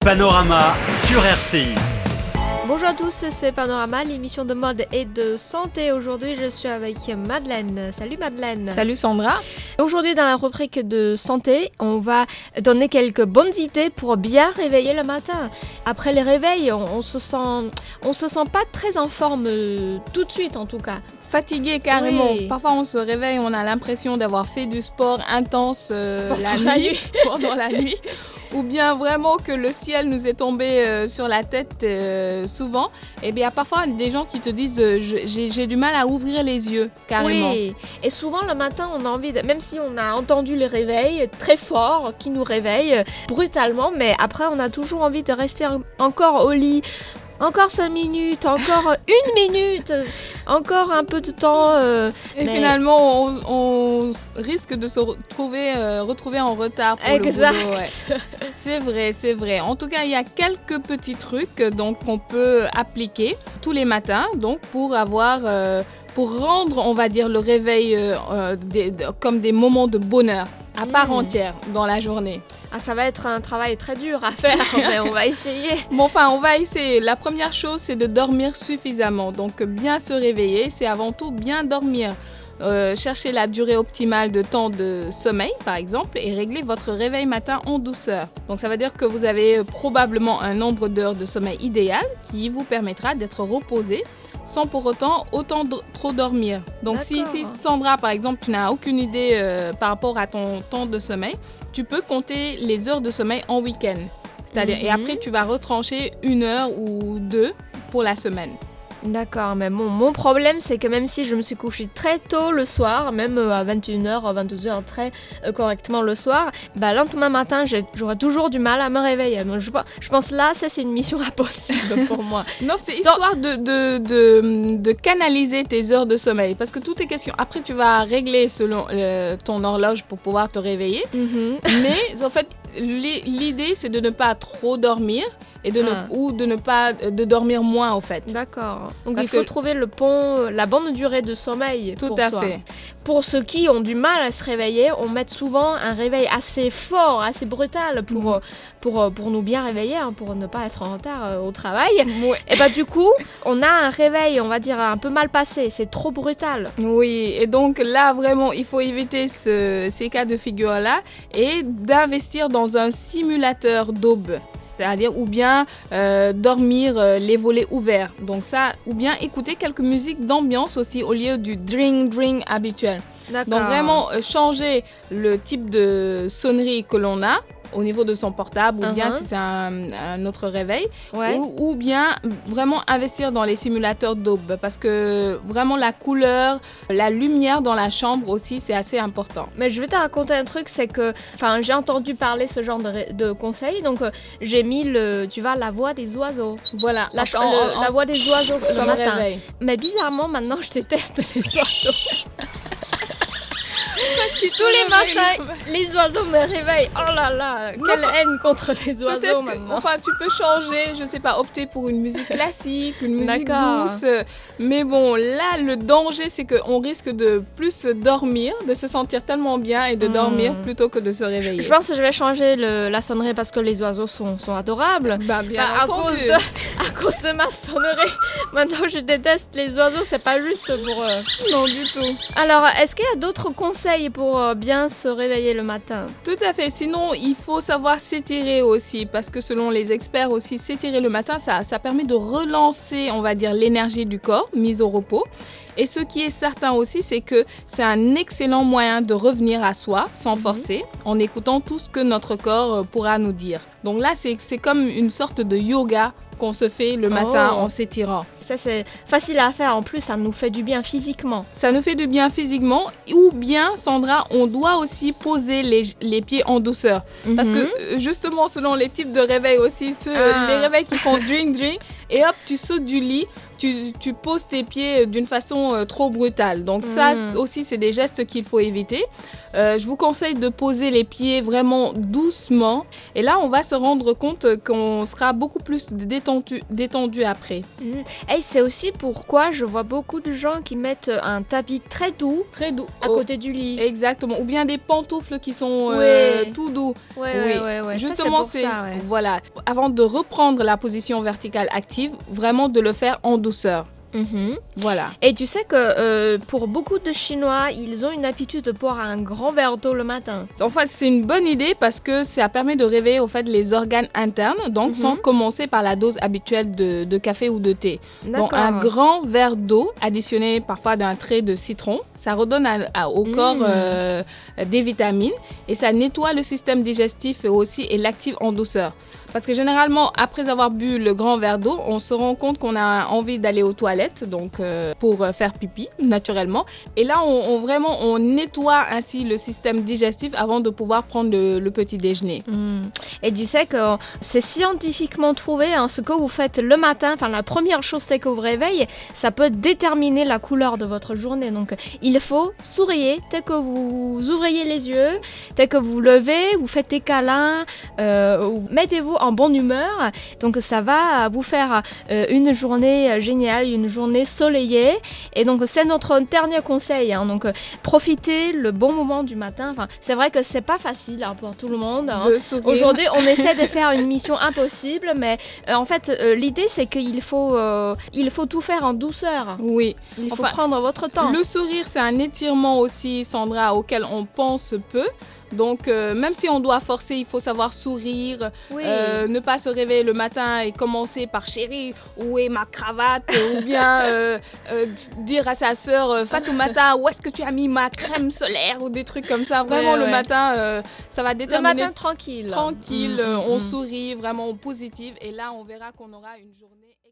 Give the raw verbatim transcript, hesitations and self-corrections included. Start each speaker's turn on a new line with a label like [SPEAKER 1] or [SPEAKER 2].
[SPEAKER 1] Panorama sur R C I.
[SPEAKER 2] Bonjour à tous, c'est Panorama, l'émission de mode et de santé. Aujourd'hui, je suis avec Madeleine. Salut Madeleine.
[SPEAKER 3] Salut Sandra.
[SPEAKER 2] Aujourd'hui, dans la rubrique de santé, on va donner quelques bonnes idées pour bien réveiller le matin. Après les réveils, on, on se sent, on se sent pas très en forme euh, tout de suite en tout cas.
[SPEAKER 3] Fatigué carrément.
[SPEAKER 2] Oui.
[SPEAKER 3] Parfois on se réveille, on a l'impression d'avoir fait du sport intense euh,
[SPEAKER 2] Pendant
[SPEAKER 3] la
[SPEAKER 2] la
[SPEAKER 3] nuit,
[SPEAKER 2] nuit.
[SPEAKER 3] pendant la nuit, ou bien vraiment que le ciel nous est tombé euh, sur la tête euh, souvent. Et bien parfois des gens qui te disent euh, je- j'ai, j'ai du mal à ouvrir les yeux carrément.
[SPEAKER 2] Oui, et souvent le matin, on a envie, de, même si on a entendu les réveils très forts qui nous réveillent brutalement, mais après on a toujours envie de rester en- encore au lit. Encore cinq minutes, encore une minute, encore un peu de temps. euh,
[SPEAKER 3] Et
[SPEAKER 2] mais-
[SPEAKER 3] finalement on, on risque de se retrouver, euh, retrouver en retard pour
[SPEAKER 2] Exact.
[SPEAKER 3] le boulot. Ouais. C'est vrai, c'est vrai. En tout cas, il y a quelques petits trucs donc qu'on peut appliquer tous les matins donc pour avoir euh, pour rendre, on va dire, le réveil euh, euh, des- de- comme des moments de bonheur à part
[SPEAKER 2] Mmh.
[SPEAKER 3] entière dans la journée.
[SPEAKER 2] Ah, ça va être un travail très dur à faire, mais on va essayer.
[SPEAKER 3] Bon, enfin, on va essayer. La première chose, c'est de dormir suffisamment. Donc, bien se réveiller, c'est avant tout bien dormir. Euh, cherchez la durée optimale de temps de sommeil, par exemple, et réglez votre réveil matin en douceur. Donc, ça veut dire que vous avez euh, probablement un nombre d'heures de sommeil idéal qui vous permettra d'être reposé sans pour autant autant d- trop dormir. Donc, si,
[SPEAKER 2] D'accord.
[SPEAKER 3] si Sandra, par exemple, tu n'as aucune idée euh, par rapport à ton temps de sommeil, tu peux compter les heures de sommeil en week-end. C'est-à-dire, et
[SPEAKER 2] Mhm.
[SPEAKER 3] après, tu vas retrancher une heure ou deux pour la semaine.
[SPEAKER 2] D'accord, mais mon, mon problème, c'est que même si je me suis couchée très tôt le soir, même euh, à vingt et une heures, vingt-deux heures, très euh, correctement le soir, bah, le lendemain matin, j'ai- j'aurai toujours du mal à me réveiller. Donc, je, pe- je pense là, ça, c'est une mission impossible pour moi.
[SPEAKER 3] Non, c'est histoire de, de, de, de canaliser tes heures de sommeil. Parce que tout est question. Après, tu vas régler selon euh, ton horloge pour pouvoir te réveiller.
[SPEAKER 2] Mhm.
[SPEAKER 3] Mais en fait, l'i- l'idée, c'est de ne pas trop dormir et de ne,
[SPEAKER 2] Ah.
[SPEAKER 3] ou de ne pas de dormir moins, en fait.
[SPEAKER 2] D'accord. Donc
[SPEAKER 3] Parce
[SPEAKER 2] il faut
[SPEAKER 3] que-
[SPEAKER 2] trouver le pont, la bonne durée de sommeil.
[SPEAKER 3] Tout
[SPEAKER 2] pour
[SPEAKER 3] à
[SPEAKER 2] soi.
[SPEAKER 3] fait.
[SPEAKER 2] Pour ceux qui ont du mal à se réveiller, on met souvent un réveil assez fort, assez brutal pour,
[SPEAKER 3] Mhm.
[SPEAKER 2] euh, pour, euh, pour nous bien réveiller, hein, pour ne pas être en retard euh, au travail.
[SPEAKER 3] Ouais.
[SPEAKER 2] Et bah du coup, on a un réveil, on va dire, un peu mal passé. C'est trop brutal.
[SPEAKER 3] Oui, et donc là, vraiment, il faut éviter ce- ces cas de figure-là et d'investir dans un simulateur d'aube. C'est-à-dire, ou bien euh, dormir euh, les volets ouverts. Donc ça, ou bien écouter quelques musiques d'ambiance aussi au lieu du dring-dring habituel.
[SPEAKER 2] D'accord.
[SPEAKER 3] Donc vraiment euh, changer le type de sonnerie que l'on a au niveau de son portable, ou bien
[SPEAKER 2] Uh-huh.
[SPEAKER 3] si c'est un, un autre réveil,
[SPEAKER 2] Ouais.
[SPEAKER 3] ou, ou bien vraiment investir dans les simulateurs d'aube, parce que vraiment la couleur, la lumière dans la chambre aussi, c'est assez important.
[SPEAKER 2] Mais je vais te raconter un truc, c'est que, enfin, j'ai entendu parler ce genre de, ré- de conseils, donc euh, j'ai mis le, tu vois, la voix des oiseaux.
[SPEAKER 3] Voilà,
[SPEAKER 2] La,
[SPEAKER 3] en-
[SPEAKER 2] ch-
[SPEAKER 3] en-
[SPEAKER 2] le-
[SPEAKER 3] en-
[SPEAKER 2] la voix des oiseaux le
[SPEAKER 3] comme
[SPEAKER 2] matin.
[SPEAKER 3] réveil.
[SPEAKER 2] Mais bizarrement, maintenant, je déteste les oiseaux.
[SPEAKER 3] Tous
[SPEAKER 2] Tous les matins, les oiseaux me réveillent. Oh là là, quelle haine contre les oiseaux
[SPEAKER 3] Peut-être que,
[SPEAKER 2] maintenant.
[SPEAKER 3] enfin, tu peux changer, je sais pas, opter pour une musique classique, une musique
[SPEAKER 2] D'accord.
[SPEAKER 3] douce. Mais bon, là, le danger, c'est qu'on risque de plus dormir, de se sentir tellement bien et de
[SPEAKER 2] Hmm.
[SPEAKER 3] dormir plutôt que de se
[SPEAKER 2] Je,
[SPEAKER 3] réveiller.
[SPEAKER 2] je pense que je vais changer le- la sonnerie parce que les oiseaux sont, sont adorables.
[SPEAKER 3] Bah, bien
[SPEAKER 2] Bah, à,
[SPEAKER 3] entendu.
[SPEAKER 2] cause de, à cause de ma sonnerie, maintenant je déteste les oiseaux, c'est pas juste pour... euh,
[SPEAKER 3] Non, du tout.
[SPEAKER 2] Alors, est-ce qu'il y a d'autres conseils pour euh, bien se réveiller le matin?
[SPEAKER 3] Tout à fait. Sinon, il faut savoir s'étirer aussi, parce que selon les experts aussi, s'étirer le matin, ça, ça permet de relancer, on va dire, l'énergie du corps, mise au repos. Et ce qui est certain aussi, c'est que c'est un excellent moyen de revenir à soi, sans forcer, en écoutant tout ce que notre corps euh, pourra nous dire. Donc là, c'est c'est comme une sorte de yoga qu'on se fait le matin
[SPEAKER 2] Oh.
[SPEAKER 3] en s'étirant.
[SPEAKER 2] Ça, c'est facile à faire. En plus, ça nous fait du bien physiquement.
[SPEAKER 3] Ça nous fait du bien physiquement, ou bien, Sandra, on doit aussi poser les, les pieds en douceur. Parce que
[SPEAKER 2] Mhm.
[SPEAKER 3] euh, justement, selon les types de réveils aussi, ceux,
[SPEAKER 2] Ah.
[SPEAKER 3] les réveils qui font drink drink, et hop, tu sautes du lit, tu, tu poses tes pieds d'une façon euh, trop brutale. Donc
[SPEAKER 2] Mmh.
[SPEAKER 3] ça c- aussi, c'est des gestes qu'il faut éviter. Euh, je vous conseille de poser les pieds vraiment doucement. Et là, on va se rendre compte qu'on sera beaucoup plus détendu, détendu après.
[SPEAKER 2] Mm. Et c'est aussi pourquoi je vois beaucoup de gens qui mettent un tapis très doux
[SPEAKER 3] Très doux.
[SPEAKER 2] à
[SPEAKER 3] Oh,
[SPEAKER 2] côté du lit.
[SPEAKER 3] exactement. Ou bien des pantoufles qui sont euh,
[SPEAKER 2] Ouais.
[SPEAKER 3] tout doux.
[SPEAKER 2] Ouais,
[SPEAKER 3] Oui.
[SPEAKER 2] ouais, ouais, ouais. Ça,
[SPEAKER 3] Justement,
[SPEAKER 2] c'est
[SPEAKER 3] c'est
[SPEAKER 2] pour ça, ouais.
[SPEAKER 3] voilà. Avant de reprendre la position verticale active, vraiment de le faire en douceur.
[SPEAKER 2] Mhm.
[SPEAKER 3] Voilà.
[SPEAKER 2] Et tu sais que euh, pour beaucoup de Chinois, ils ont une habitude de boire un grand verre d'eau le matin.
[SPEAKER 3] En fait, c'est une bonne idée parce que ça permet de réveiller au fait les organes internes, donc
[SPEAKER 2] Mhm.
[SPEAKER 3] sans commencer par la dose habituelle de, de café ou de thé. Donc
[SPEAKER 2] D'accord.
[SPEAKER 3] un grand verre d'eau additionné parfois d'un trait de citron, ça redonne à- à- au corps
[SPEAKER 2] Mm.
[SPEAKER 3] euh, des vitamines et ça nettoie le système digestif et aussi et l'active en douceur. Parce que généralement, après avoir bu le grand verre d'eau, on se rend compte qu'on a envie d'aller aux toilettes, donc euh, pour euh, faire pipi naturellement. Et là, on, on vraiment on nettoie ainsi le système digestif avant de pouvoir prendre le, le petit déjeuner.
[SPEAKER 2] Mm. Et tu sais que c'est scientifiquement prouvé, hein, ce que vous faites le matin, enfin la première chose dès que vous vous réveillez, ça peut déterminer la couleur de votre journée. Donc il faut sourire dès que vous ouvrez les yeux, dès que vous vous levez, vous faites des câlins, euh, ou mettez-vous en bonne humeur. Donc ça va vous faire euh, une journée euh, géniale, une journée soleillée. Et donc c'est notre dernier conseil. Hein. Donc euh, profitez le bon moment du matin. Enfin, c'est vrai que c'est pas facile hein, pour tout le monde. Hein.
[SPEAKER 3] De sourire.
[SPEAKER 2] Aujourd'hui, on essaie de faire une mission impossible, mais euh, en fait, euh, l'idée c'est qu'il faut, euh, il faut tout faire en douceur.
[SPEAKER 3] Oui.
[SPEAKER 2] Il faut
[SPEAKER 3] Enfin,
[SPEAKER 2] prendre votre temps.
[SPEAKER 3] Le sourire, c'est un étirement aussi, Sandra, auquel on pense peu. Donc, euh, même si on doit forcer, il faut savoir sourire,
[SPEAKER 2] Oui.
[SPEAKER 3] euh, ne pas se réveiller le matin et commencer par chérie, où est ma cravate ou bien euh, euh, dire à sa sœur euh, Fatoumata, où est-ce que tu as mis ma crème solaire ou des trucs comme ça. Vraiment,
[SPEAKER 2] Ouais,
[SPEAKER 3] le
[SPEAKER 2] ouais.
[SPEAKER 3] matin, euh, ça va
[SPEAKER 2] Le
[SPEAKER 3] déterminer
[SPEAKER 2] matin tranquille.
[SPEAKER 3] tranquille,
[SPEAKER 2] Mm,
[SPEAKER 3] euh,
[SPEAKER 2] mm,
[SPEAKER 3] on
[SPEAKER 2] mm.
[SPEAKER 3] sourit, vraiment positive et là, on verra qu'on aura une journée.